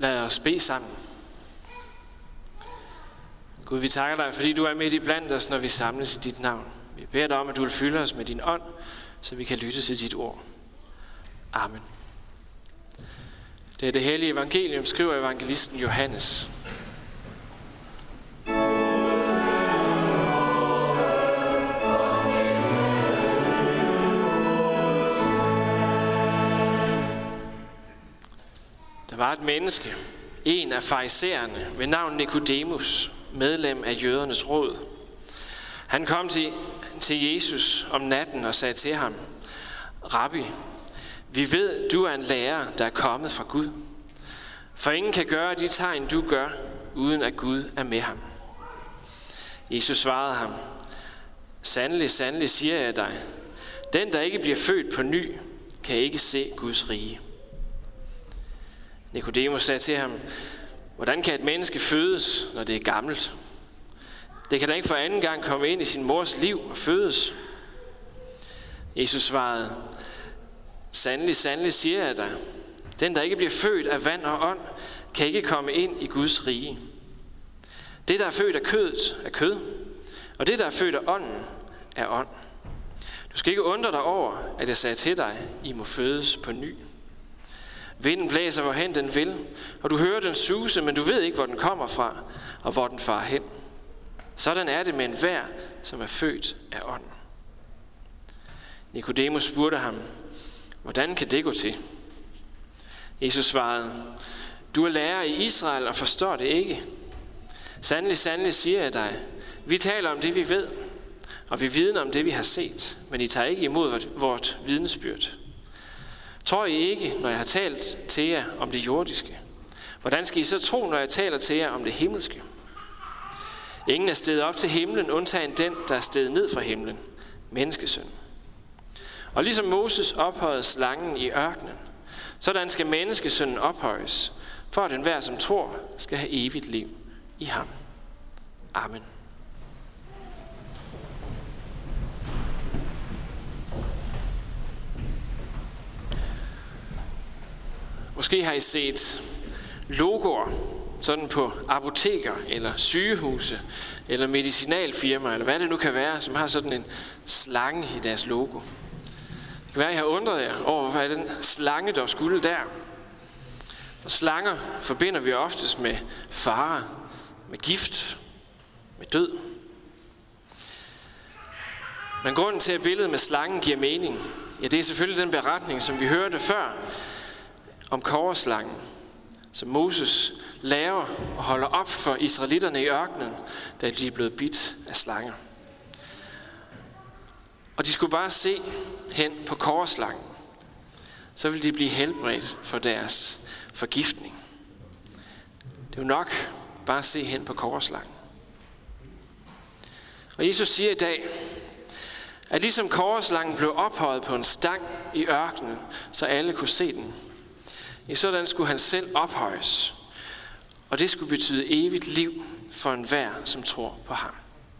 Lad os bede sammen. Gud, vi takker dig, fordi du er midt i blandt os, når vi samles i dit navn. Vi beder dig om, at du vil fylde os med din ånd, så vi kan lytte til dit ord. Amen. Det er det hellige evangelium, skriver evangelisten Johannes. Der var et menneske, en af farisæerne ved navn Nikodemus, medlem af jødernes råd. Han kom til Jesus om natten og sagde til ham: Rabbi, vi ved, du er en lærer, der er kommet fra Gud. For ingen kan gøre de tegn, du gør, uden at Gud er med ham. Jesus svarede ham: Sandelig, sandelig siger jeg dig, den der ikke bliver født på ny, kan ikke se Guds rige. Nikodemus sagde til ham: Hvordan kan et menneske fødes, når det er gammelt? Det kan da ikke for anden gang komme ind i sin mors liv og fødes. Jesus svarede: Sandelig, sandelig siger jeg dig, den der ikke bliver født af vand og ånd, kan ikke komme ind i Guds rige. Det der er født af kødet er kød, og det der er født af ånden er ånd. Du skal ikke undre dig over, at jeg sagde til dig, I må fødes på ny. Vinden blæser, hvorhen den vil, og du hører den suse, men du ved ikke, hvor den kommer fra, og hvor den farer hen. Sådan er det med enhver, som er født af ånden. Nikodemus spurgte ham: Hvordan kan det gå til? Jesus svarede: Du er lærer i Israel og forstår det ikke. Sandelig, sandelig siger jeg dig, vi taler om det, vi ved, og vi vidner om det, vi har set, men I tager ikke imod vort vidnesbyrd. Tror I ikke, når jeg har talt til jer om det jordiske? Hvordan skal I så tro, når jeg taler til jer om det himmelske? Ingen er steget op til himlen, undtagen den, der er steget ned fra himlen, menneskesøn. Og ligesom Moses ophøjede slangen i ørkenen, sådan skal menneskesønnen ophøjes, for at enhver, som tror, skal have evigt liv i ham. Amen. Måske har I set logoer sådan på apoteker eller sygehuse eller medicinalfirmaer, eller hvad det nu kan være, som har sådan en slange i deres logo. Det kan være, at I har undret jer over, hvorfor er den slange dog skulle der. For slanger forbinder vi oftest med fare, med gift, med død. Men grunden til, at billedet med slangen giver mening, ja, det er selvfølgelig den beretning, som vi hørte før, om kobberslangen, som Moses laver og holder op for israelitterne i ørkenen, da de er blevet bidt af slanger. Og de skulle bare se hen på kobberslangen, så ville de blive helbredt for deres forgiftning. Det er jo nok bare at se hen på kobberslangen. Og Jesus siger i dag, at ligesom kobberslangen blev ophøjet på en stang i ørkenen, så alle kunne se den, i sådan skulle han selv ophøjes, og det skulle betyde evigt liv for enhver, som tror på ham.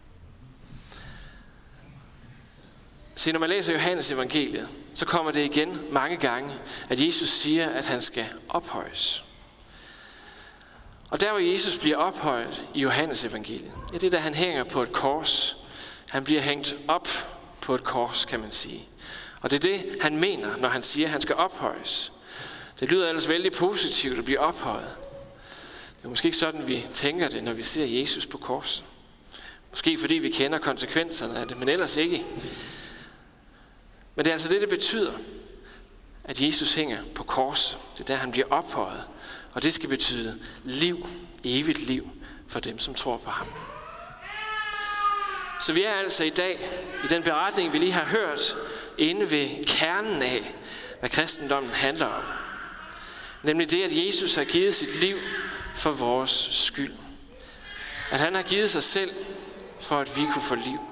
Se, når man læser Johannes evangeliet, så kommer det igen mange gange, at Jesus siger, at han skal ophøjes. Og der hvor Jesus bliver ophøjet i Johannes evangeliet, ja, det er da han hænger på et kors. Han bliver hængt op på et kors, kan man sige. Og det er det, han mener, når han siger, at han skal ophøjes. Det lyder ellers vældig positivt at blive ophøjet. Det er måske ikke sådan, vi tænker det, når vi ser Jesus på korset. Måske fordi vi kender konsekvenserne af det, men ellers ikke. Men det er altså det betyder, at Jesus hænger på korset. Det er der, han bliver ophøjet. Og det skal betyde liv, evigt liv, for dem, som tror på ham. Så vi er altså i dag, i den beretning, vi lige har hørt, inde ved kernen af, hvad kristendommen handler om. Nemlig det, at Jesus har givet sit liv for vores skyld. At han har givet sig selv, for at vi kunne få liv.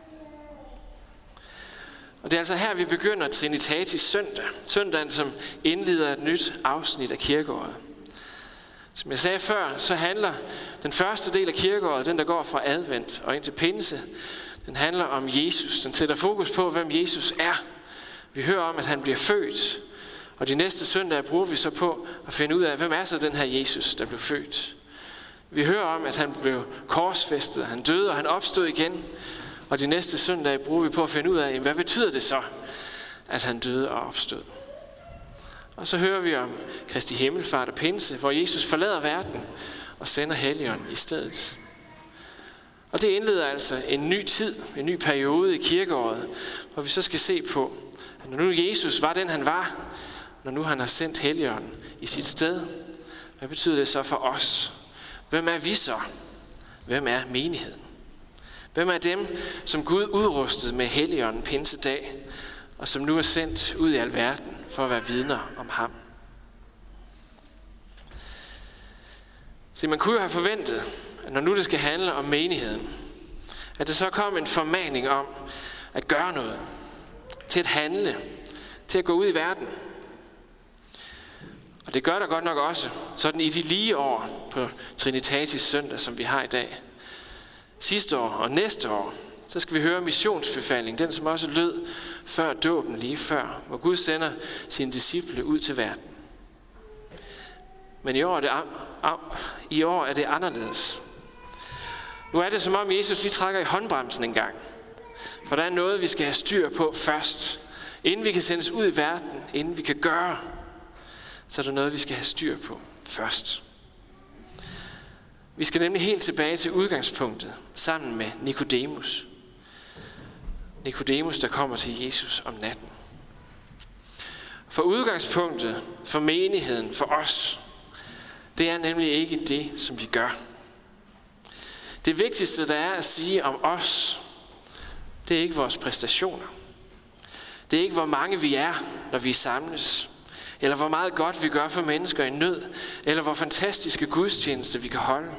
Og det er altså her, vi begynder Trinitatis søndag. Søndagen, som indleder et nyt afsnit af kirkeåret. Som jeg sagde før, så handler den første del af kirkeåret, den der går fra advent og ind til pinse, den handler om Jesus. Den sætter fokus på, hvem Jesus er. Vi hører om, at han bliver født, Og de næste søndage bruger vi så på at finde ud af, hvem er så den her Jesus, der blev født. Vi hører om, at han blev korsfæstet, han døde og han opstod igen. Og de næste søndage bruger vi på at finde ud af, hvad betyder det så, at han døde og opstod. Og så hører vi om Kristi himmelfart og pinse, hvor Jesus forlader verden og sender Helligånden i stedet. Og det indleder altså en ny tid, en ny periode i kirkeåret, hvor vi så skal se på, at når nu Jesus var den han var, når nu han har sendt Helligånden i sit sted, hvad betyder det så for os? Hvem er vi så? Hvem er menigheden? Hvem er dem, som Gud udrustede med Helligånden pinsedag, og som nu er sendt ud i alverden for at være vidner om ham? Så man kunne jo have forventet, at når nu det skal handle om menigheden, at der så kom en formaning om at gøre noget, til at handle, til at gå ud i verden. Og det gør der godt nok også, sådan i de lige år på Trinitatis søndag, som vi har i dag. Sidste år og næste år, så skal vi høre missionsbefaling, den som også lød før dåben lige før, hvor Gud sender sine disciple ud til verden. Men i år er det anderledes. Nu er det som om Jesus lige trækker i håndbremsen en gang. For der er noget, vi skal have styr på først. Inden vi kan sendes ud i verden, inden vi kan gøre, så er der noget, vi skal have styr på først. Vi skal nemlig helt tilbage til udgangspunktet, sammen med Nikodemus. Nikodemus, der kommer til Jesus om natten. For udgangspunktet, for menigheden, for os, det er nemlig ikke det, som vi gør. Det vigtigste, der er at sige om os, det er ikke vores præstationer. Det er ikke, hvor mange vi er, når vi samles, eller hvor meget godt vi gør for mennesker i nød, eller hvor fantastiske gudstjenester vi kan holde.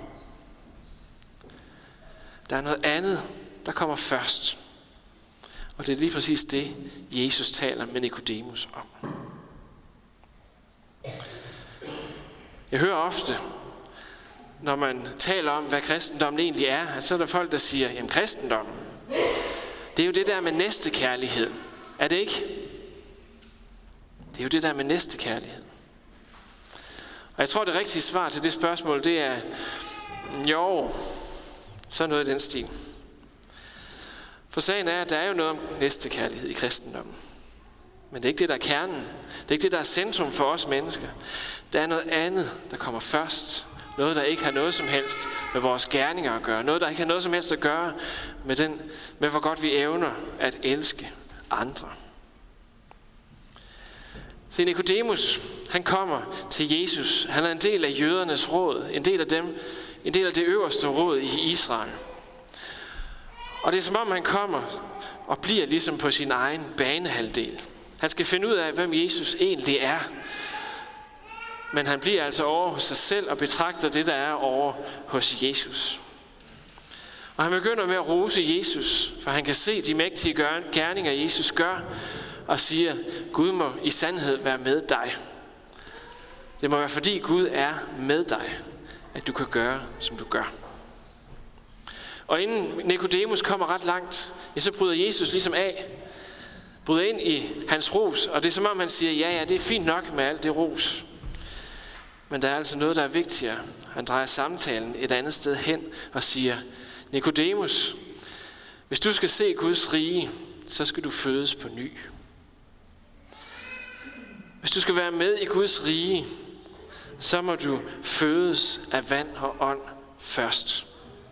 Der er noget andet, der kommer først. Og det er lige præcis det, Jesus taler med Nikodemus om. Jeg hører ofte, når man taler om, hvad kristendommen egentlig er, at så er der folk, der siger, jamen kristendommen, det er jo det der med næstekærlighed. Er det ikke? Det er jo det der med næstekærlighed. Og jeg tror, det rigtige svar til det spørgsmål, det er, jo, så noget i den stil. For sagen er, at der er jo noget om næstekærlighed i kristendommen. Men det er ikke det, der er kernen. Det er ikke det, der er centrum for os mennesker. Der er noget andet, der kommer først. Noget, der ikke har noget som helst med vores gerninger at gøre. Noget, der ikke har noget som helst at gøre med hvor godt vi evner at elske andre. Så Nikodemus, han kommer til Jesus. Han er en del af jødernes råd. En del af det øverste råd i Israel. Og det er som om, han kommer og bliver ligesom på sin egen banehalvdel. Han skal finde ud af, hvem Jesus egentlig er. Men han bliver altså over hos sig selv og betragter det, der er over hos Jesus. Og han begynder med at rose Jesus, for han kan se de mægtige gerninger, Jesus gør, og siger, Gud må i sandhed være med dig. Det må være fordi Gud er med dig, at du kan gøre, som du gør. Og inden Nikodemus kommer ret langt, så bryder Jesus ligesom af, bryder ind i hans ros, og det er som om han siger, ja, det er fint nok med alt det ros. Men der er altså noget, der er vigtigere. Han drejer samtalen et andet sted hen og siger, Nikodemus, hvis du skal se Guds rige, så skal du fødes på ny. Hvis du skal være med i Guds rige, så må du fødes af vand og ånd først.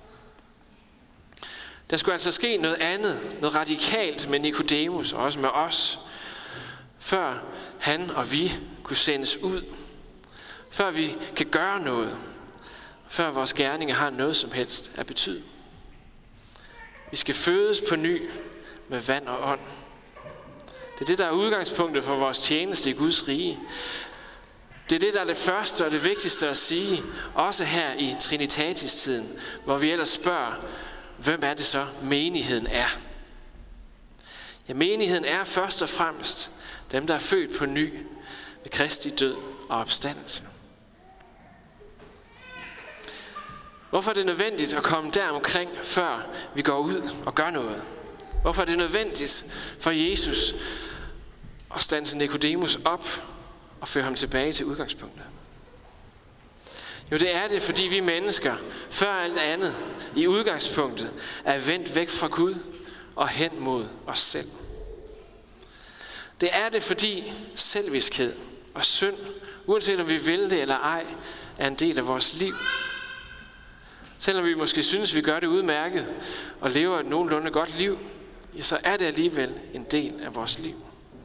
Der skulle altså ske noget andet, noget radikalt med Nikodemus og også med os, før han og vi kunne sendes ud, før vi kan gøre noget, før vores gerninger har noget som helst at betyde. Vi skal fødes på ny med vand og ånd. Det er det, der er udgangspunktet for vores tjeneste i Guds rige. Det er det, der er det første og det vigtigste at sige, også her i Trinitatis-tiden, hvor vi ellers spørger, hvem er det så menigheden er? Ja, menigheden er først og fremmest dem, der er født på ny ved Kristi død og opstandelse. Hvorfor er det nødvendigt at komme deromkring, før vi går ud og gør noget? Hvorfor er det nødvendigt for Jesus at standse Nikodemus op og føre ham tilbage til udgangspunktet? Jo, det er det, fordi vi mennesker, før alt andet, i udgangspunktet, er vendt væk fra Gud og hen mod os selv. Det er det, fordi selviskhed og synd, uanset om vi vil det eller ej, er en del af vores liv. Selvom vi måske synes, vi gør det udmærket og lever et nogenlunde godt liv, ja, så er det alligevel en del af vores liv.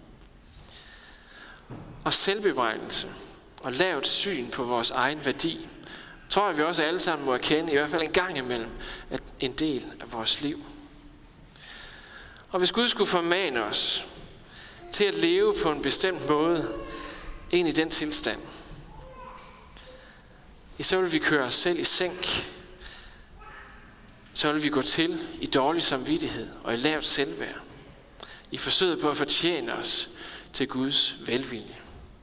Og selvbebrejdelse og lavt syn på vores egen værdi, tror jeg, vi også alle sammen må erkende, i hvert fald en gang imellem, at en del af vores liv. Og hvis Gud skulle formane os til at leve på en bestemt måde ind i den tilstand, så vil vi køre os selv i sænk. Så vil vi gå til i dårlig samvittighed og i lavt selvværd, i forsøget på at fortjene os til Guds velvilje.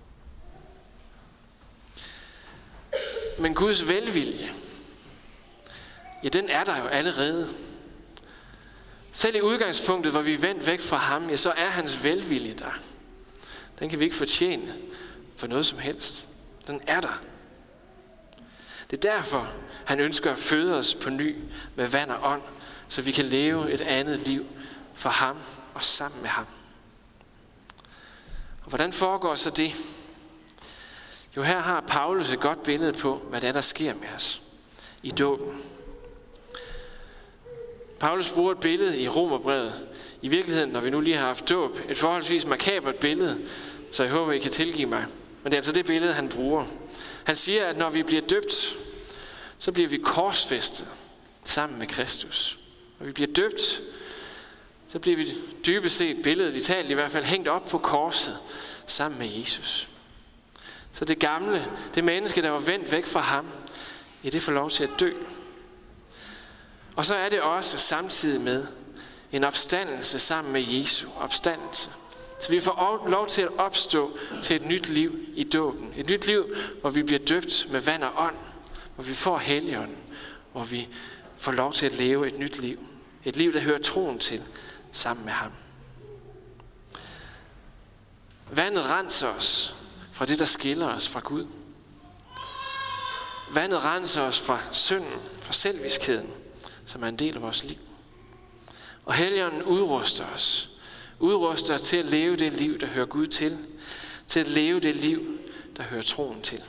Men Guds velvilje, ja, den er der jo allerede. Selv i udgangspunktet, hvor vi er vendt væk fra ham, ja, så er hans velvilje der. Den kan vi ikke fortjene for noget som helst. Den er der. Det er derfor, han ønsker at føde os på ny med vand og ånd, så vi kan leve et andet liv for ham og sammen med ham. Og hvordan foregår så det? Jo, her har Paulus et godt billede på, hvad det er, der sker med os i dåben. Paulus bruger et billede i Romerbrevet. I virkeligheden, når vi nu lige har haft dåb, et forholdsvis makabert billede, så jeg håber, I kan tilgive mig. Men det er altså det billede, han bruger. Han siger, at når vi bliver døbt, så bliver vi korsfæstet sammen med Kristus. Når vi bliver døbt, så bliver vi dybest set billedligt talt i hvert fald hængt op på korset sammen med Jesus. Så det gamle, det menneske, der var vendt væk fra ham, ja, det får lov til at dø. Og så er det også samtidig med en opstandelse sammen med Jesu opstandelse. Så vi får lov til at opstå til et nyt liv i dåben. Et nyt liv, hvor vi bliver døbt med vand og ånd, hvor vi får Helligånden, hvor vi får lov til at leve et nyt liv. Et liv, der hører troen til sammen med ham. Vandet renser os fra det, der skiller os fra Gud. Vandet renser os fra synden, fra selviskheden, som er en del af vores liv. Og Helligånden udruster os til at leve det liv, der hører Gud til at leve det liv, der hører troen til.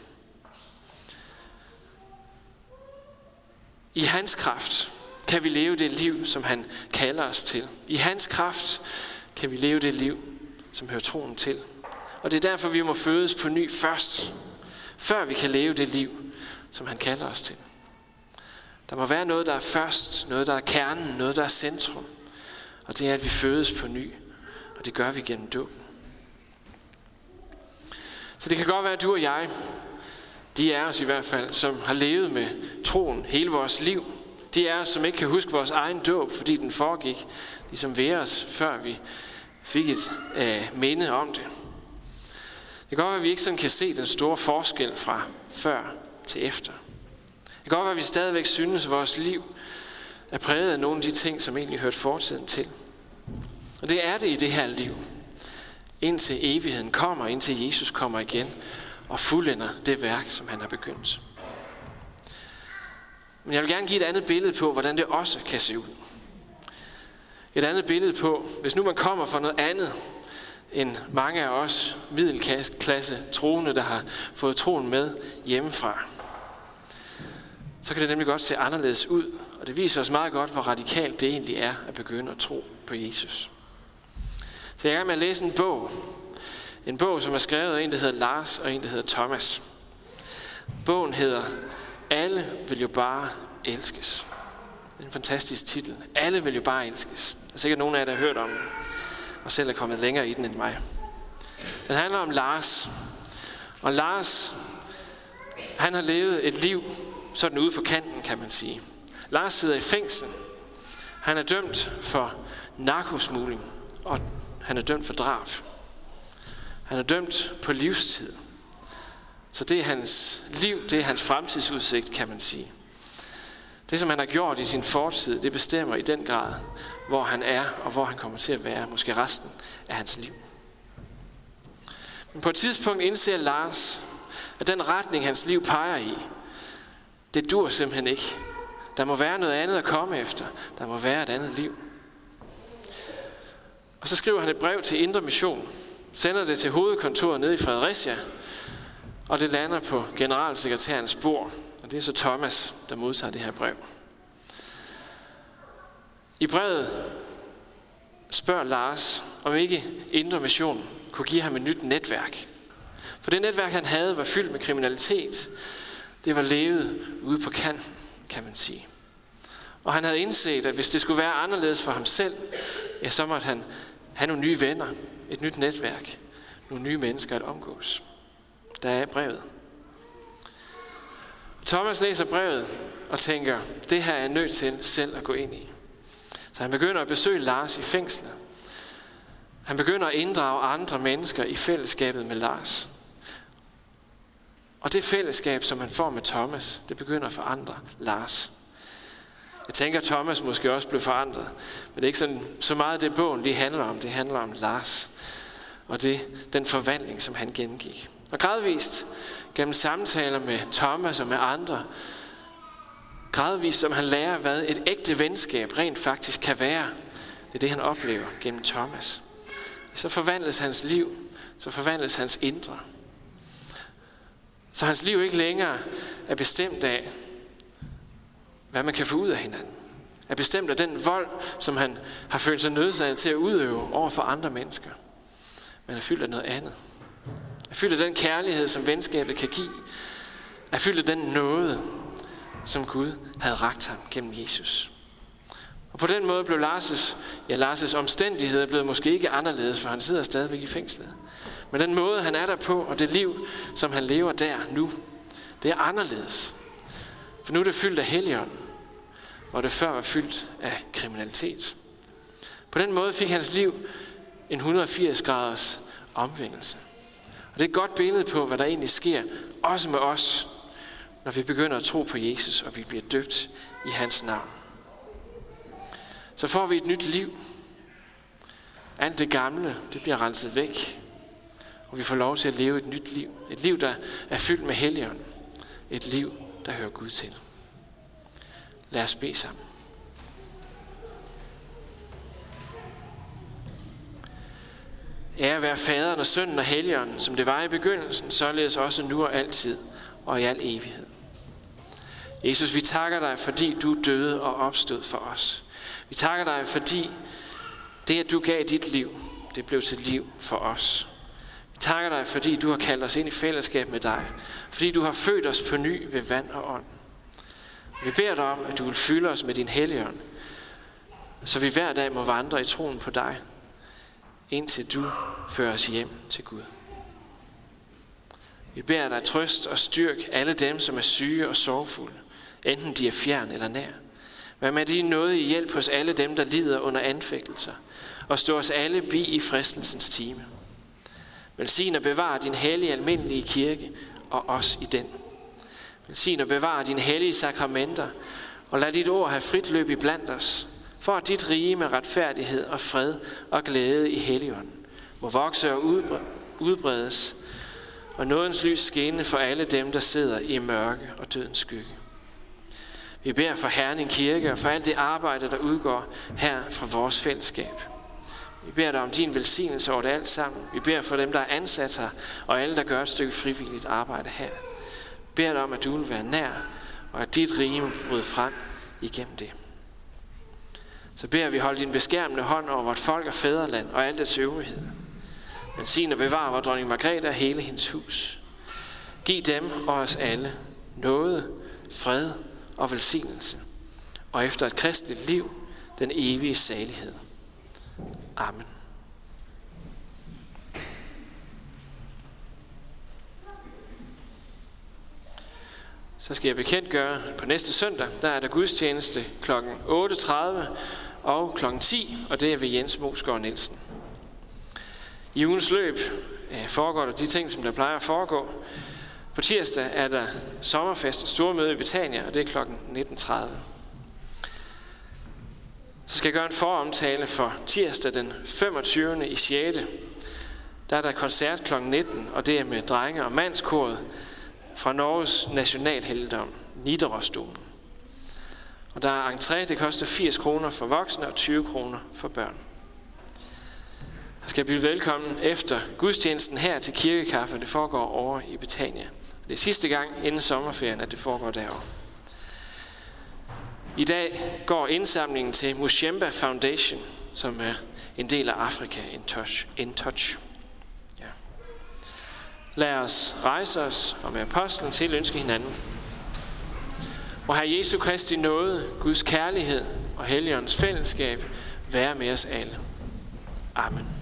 I hans kraft kan vi leve det liv, som han kalder os til. I hans kraft kan vi leve det liv, som hører troen til. Og det er derfor, vi må fødes på ny først, før vi kan leve det liv, som han kalder os til. Der må være noget, der er først, noget, der er kernen, noget, der er centrum. Og det er, at vi fødes på ny, og det gør vi gennem dåben. Så det kan godt være, at du og jeg, de er os i hvert fald, som har levet med troen hele vores liv. De er os, som ikke kan huske vores egen dåb, fordi den foregik ligesom ved os, før vi fik et minde om det. Det kan godt være, at vi ikke sådan kan se den store forskel fra før til efter. Det kan godt være, at vi stadigvæk synes, at vores liv er præget af nogle af de ting, som egentlig hørte fortiden til. Og det er det i det her liv. Indtil evigheden kommer, indtil Jesus kommer igen og fuldender det værk, som han har begyndt. Men jeg vil gerne give et andet billede på, hvordan det også kan se ud. Et andet billede på, hvis nu man kommer fra noget andet end mange af os middelklasse troende, der har fået troen med hjemmefra, så kan det nemlig godt se anderledes ud. Og det viser os meget godt, hvor radikalt det egentlig er at begynde at tro på Jesus. Så jeg er i gang med at læse en bog. En bog, som er skrevet af en, der hedder Lars, og en, der hedder Thomas. Bogen hedder Alle vil jo bare elskes. Det er en fantastisk titel. Alle vil jo bare elskes. Der er sikkert nogen af jer, der har hørt om den, og selv er kommet længere i den end mig. Den handler om Lars. Og Lars, han har levet et liv sådan ude på kanten, kan man sige. Lars sidder i fængsel. Han er dømt for narkosmugling, og han er dømt for drab. Han er dømt på livstid. Så det er hans liv, det er hans fremtidsudsigt, kan man sige. Det, som han har gjort i sin fortid, det bestemmer i den grad, hvor han er, og hvor han kommer til at være, måske resten af hans liv. Men på et tidspunkt indser Lars, at den retning, hans liv peger i, det dur simpelthen ikke. Der må være noget andet at komme efter. Der må være et andet liv. Og så skriver han et brev til Indre Mission, sender det til hovedkontoret nede i Fredericia, og det lander på generalsekretærens bord. Og det er så Thomas, der modtager det her brev. I brevet spørger Lars, om ikke Indre Mission kunne give ham et nyt netværk. For det netværk, han havde, var fyldt med kriminalitet. Det var levet ude på kanten, kan man sige. Og han havde indset, at hvis det skulle være anderledes for ham selv, ja, så måtte han have nogle nye venner, et nyt netværk, nogle nye mennesker at omgås. Der er brevet. Thomas læser brevet og tænker, det her er jeg nødt til selv at gå ind i. Så han begynder at besøge Lars i fængslet. Han begynder at inddrage andre mennesker i fællesskabet med Lars. Og det fællesskab, som han får med Thomas, det begynder at forandre Lars. Jeg tænker, at Thomas måske også blev forandret. Men det er ikke så meget det bogen lige handler om. Det handler om Lars. Og den forvandling, som han gennemgik. Og gradvist, gennem samtaler med Thomas og med andre, gradvist som han lærer, hvad et ægte venskab rent faktisk kan være. Det er det, han oplever gennem Thomas. Så forvandles hans liv. Så forvandles hans indre. Så hans liv ikke længere er bestemt af, hvad man kan få ud af hinanden. Er bestemt af den vold, som han har følt sig nødsaget til at udøve over for andre mennesker. Men er fyldt af noget andet. Er fyldt af den kærlighed, som venskabet kan give. Er fyldt af den nåde, som Gud havde rakt ham gennem Jesus. Og på den måde blev Lars' omstændigheder blevet måske ikke anderledes, for han sidder stadigvæk i fængslet. Men den måde, han er der på, og det liv, som han lever der nu, det er anderledes. For nu er det fyldt af Helligånden, hvor det før var fyldt af kriminalitet. På den måde fik hans liv en 180 graders omvendelse. Og det er et godt billede på, hvad der egentlig sker, også med os, når vi begynder at tro på Jesus, og vi bliver døbt i hans navn. Så får vi et nyt liv. Alt det gamle, det bliver renset væk. Og vi får lov til at leve et nyt liv. Et liv, der er fyldt med Helligånden. Et liv, der hører Gud til. Lad os bede sammen. Ære være Faderen og Sønnen og Helligånden, som det var i begyndelsen, således også nu og altid og i al evighed. Jesus, vi takker dig, fordi du døde og opstod for os. Vi takker dig, fordi det, at du gav dit liv, det blev til liv for os. Vi takker dig, fordi du har kaldt os ind i fællesskab med dig. Fordi du har født os på ny ved vand og ånd. Vi beder dig om, at du vil fylde os med din Helligånd, så vi hver dag må vandre i troen på dig, indtil du fører os hjem til Gud. Vi beder dig trøst og styrk alle dem, som er syge og sorgfulde, enten de er fjern eller nær. Vær med din nåde i hjælp hos alle dem, der lider under anfægtelser, og stå os alle bi i fristelsens time. Velsign og bevar din hellige almindelige kirke, og os i den. Velsign og bevar dine hellige sakramenter, og lad dit ord have frit løb i blandt os, for at dit rige med retfærdighed og fred og glæde i Helligånden må vokse og udbredes, og nådens lys skinne for alle dem, der sidder i mørke og dødens skygge. Vi beder for Herning Kirke og for alt det arbejde, der udgår her fra vores fællesskab. Vi beder dig om din velsignelse over det alt sammen. Vi beder for dem, der er ansat her, og alle, der gør et stykke frivilligt arbejde her. Vi beder dig om, at du vil være nær, og at dit rige må bryde frem igennem det. Så beder vi holde din beskærmende hånd over vort folk og fædreland og alt dets øvrighed. Velsign og bevar vor dronning Margrethe og hele hendes hus. Giv dem og os alle nåde, fred og velsignelse, og efter et kristeligt liv, den evige salighed. Amen. Så skal jeg bekendtgøre, på næste søndag, der er der gudstjeneste kl. 8.30 og kl. 10, og det er ved Jens Mosgaard Nielsen. I ugens løb foregår der de ting, som der plejer at foregå. På tirsdag er der sommerfest, stormøde i Betania, og det er kl. 19.30. Så skal jeg gøre en foromtale for tirsdag den 25. i 6. der er der koncert kl. 19, og det er med drenge- og mandskoret fra Norges nationalhelligdom, Nidarosdomen. Og der er entré, det koster 80 kroner for voksne og 20 kroner for børn. Jeg skal blive velkommen efter gudstjenesten her til kirkekaffe. Det foregår over i Betania. Det er sidste gang inden sommerferien, at det foregår derovre. I dag går indsamlingen til Mushemba Foundation, som er en del af Afrika in touch. Ja. Lad os rejse os og med apostlen til ønske hinanden. Og Herre Jesu Kristi nåde, Guds kærlighed og Helligåndens fællesskab være med os alle. Amen.